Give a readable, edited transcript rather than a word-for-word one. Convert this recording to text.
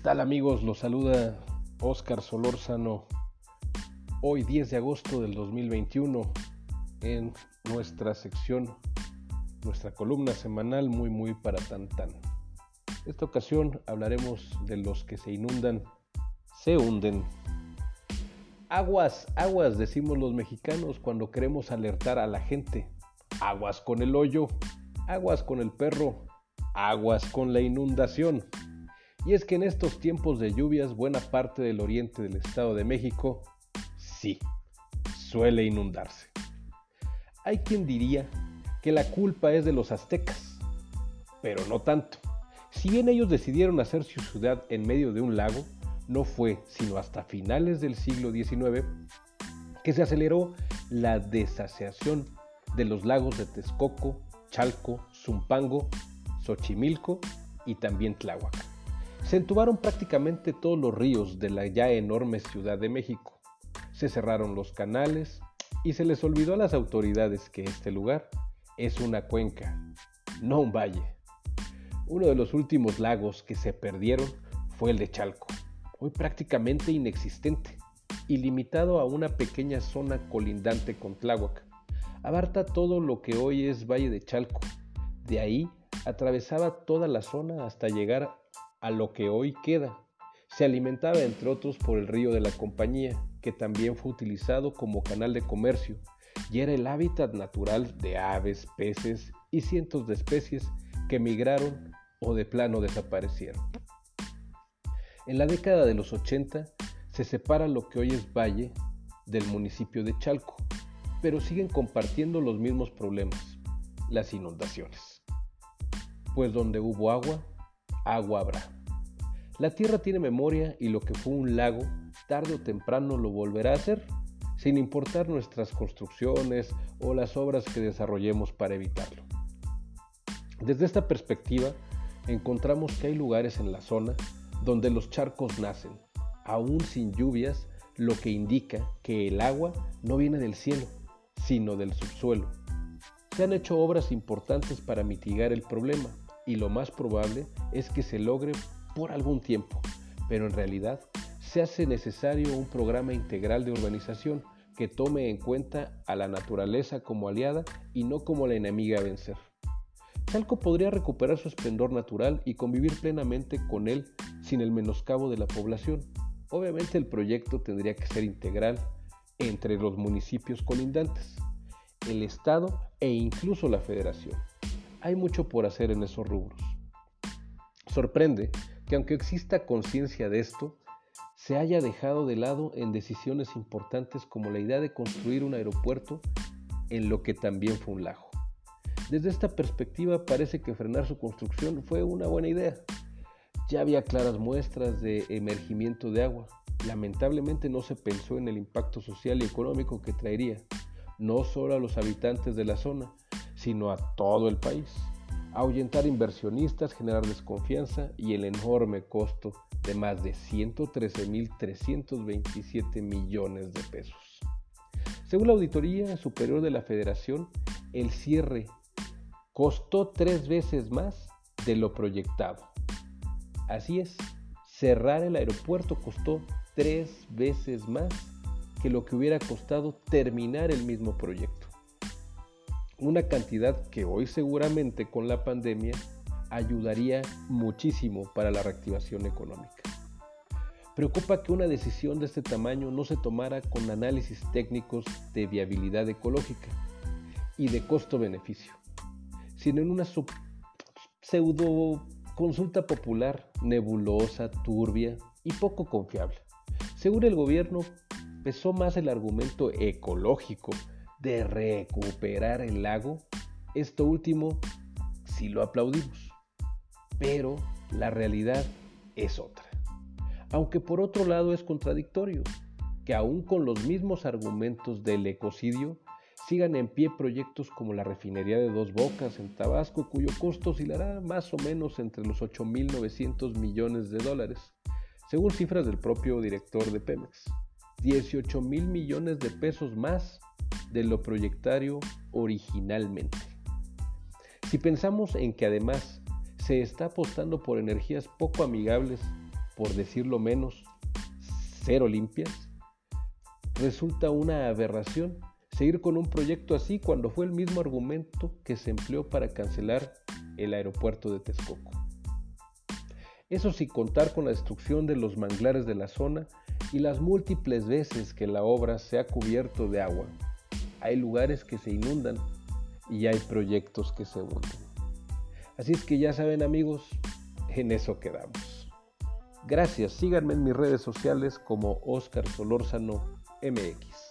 tal amigos? Los saluda Óscar Solórzano, hoy 10 de agosto del 2021 en nuestra sección, nuestra columna semanal muy para tan. Esta ocasión hablaremos de los que se inundan, se hunden. Aguas, decimos los mexicanos cuando queremos alertar a la gente. Aguas con el hoyo, aguas con el perro, aguas con la inundación. Y es que en estos tiempos de lluvias, buena parte del oriente del Estado de México, sí, suele inundarse. Hay quien diría que la culpa es de los aztecas, pero no tanto. Si bien ellos decidieron hacer su ciudad en medio de un lago, no fue sino hasta finales del siglo XIX que se aceleró la desasociación de los lagos de Texcoco, Chalco, Zumpango, Xochimilco y también Tláhuac. Se entubaron prácticamente todos los ríos de la ya enorme Ciudad de México. Se cerraron los canales y se les olvidó a las autoridades que este lugar es una cuenca, no un valle. Uno de los últimos lagos que se perdieron fue el de Chalco, hoy prácticamente inexistente y limitado a una pequeña zona colindante con Tláhuac. Abarca todo lo que hoy es Valle de Chalco. De ahí atravesaba toda la zona hasta llegar a lo que hoy queda. Se alimentaba entre otros por el río de la Compañía, que también fue utilizado como canal de comercio y era el hábitat natural de aves, peces y cientos de especies que migraron o de plano desaparecieron. En la década de los 80 se separa lo que hoy es Valle del municipio de Chalco, pero siguen compartiendo los mismos problemas, las inundaciones. Pues donde hubo agua, agua habrá. La tierra tiene memoria y lo que fue un lago, tarde o temprano lo volverá a ser, sin importar nuestras construcciones o las obras que desarrollemos para evitarlo. Desde esta perspectiva, encontramos que hay lugares en la zona donde los charcos nacen, aún sin lluvias, lo que indica que el agua no viene del cielo, sino del subsuelo. Se han hecho obras importantes para mitigar el problema y lo más probable es que se logre por algún tiempo, pero en realidad se hace necesario un programa integral de urbanización que tome en cuenta a la naturaleza como aliada y no como la enemiga a vencer. Chalco podría recuperar su esplendor natural y convivir plenamente con él sin el menoscabo de la población. Obviamente el proyecto tendría que ser integral entre los municipios colindantes, el Estado e incluso la Federación. Hay mucho por hacer en esos rubros. Sorprende que aunque exista conciencia de esto, se haya dejado de lado en decisiones importantes como la idea de construir un aeropuerto en lo que también fue un lago. Desde esta perspectiva parece que frenar su construcción fue una buena idea. Ya había claras muestras de emergimiento de agua. Lamentablemente no se pensó en el impacto social y económico que traería, no solo a los habitantes de la zona, sino a todo el país. Ahuyentar inversionistas, generar desconfianza y el enorme costo de más de 113.327 millones de pesos. Según la Auditoría Superior de la Federación, el cierre costó 3 veces más de lo proyectado. Así es, cerrar el aeropuerto costó 3 veces más que lo que hubiera costado terminar el mismo proyecto. Una cantidad que hoy seguramente con la pandemia ayudaría muchísimo para la reactivación económica. Preocupa que una decisión de este tamaño no se tomara con análisis técnicos de viabilidad ecológica y de costo-beneficio, sino en una pseudo consulta popular nebulosa, turbia y poco confiable. Según el gobierno, pesó más el argumento ecológico de recuperar el lago. Esto último sí lo aplaudimos, pero la realidad es otra. Aunque por otro lado es contradictorio que aún con los mismos argumentos del ecocidio sigan en pie proyectos como la refinería de Dos Bocas en Tabasco, cuyo costo oscilará más o menos entre los 8.900 millones de dólares, según cifras del propio director de Pemex. 18.000 millones de pesos más de lo proyectario originalmente. Si pensamos en que además se está apostando por energías poco amigables por decirlo menos, cero limpias, resulta una aberración seguir con un proyecto así cuando fue el mismo argumento que se empleó para cancelar el aeropuerto de Texcoco. Eso sin contar con la destrucción de los manglares de la zona y las múltiples veces que la obra se ha cubierto de agua. Hay lugares que se inundan y hay proyectos que se hunden. Así es que ya saben, amigos, en eso quedamos. Gracias, síganme en mis redes sociales como Óscar Solórzano MX.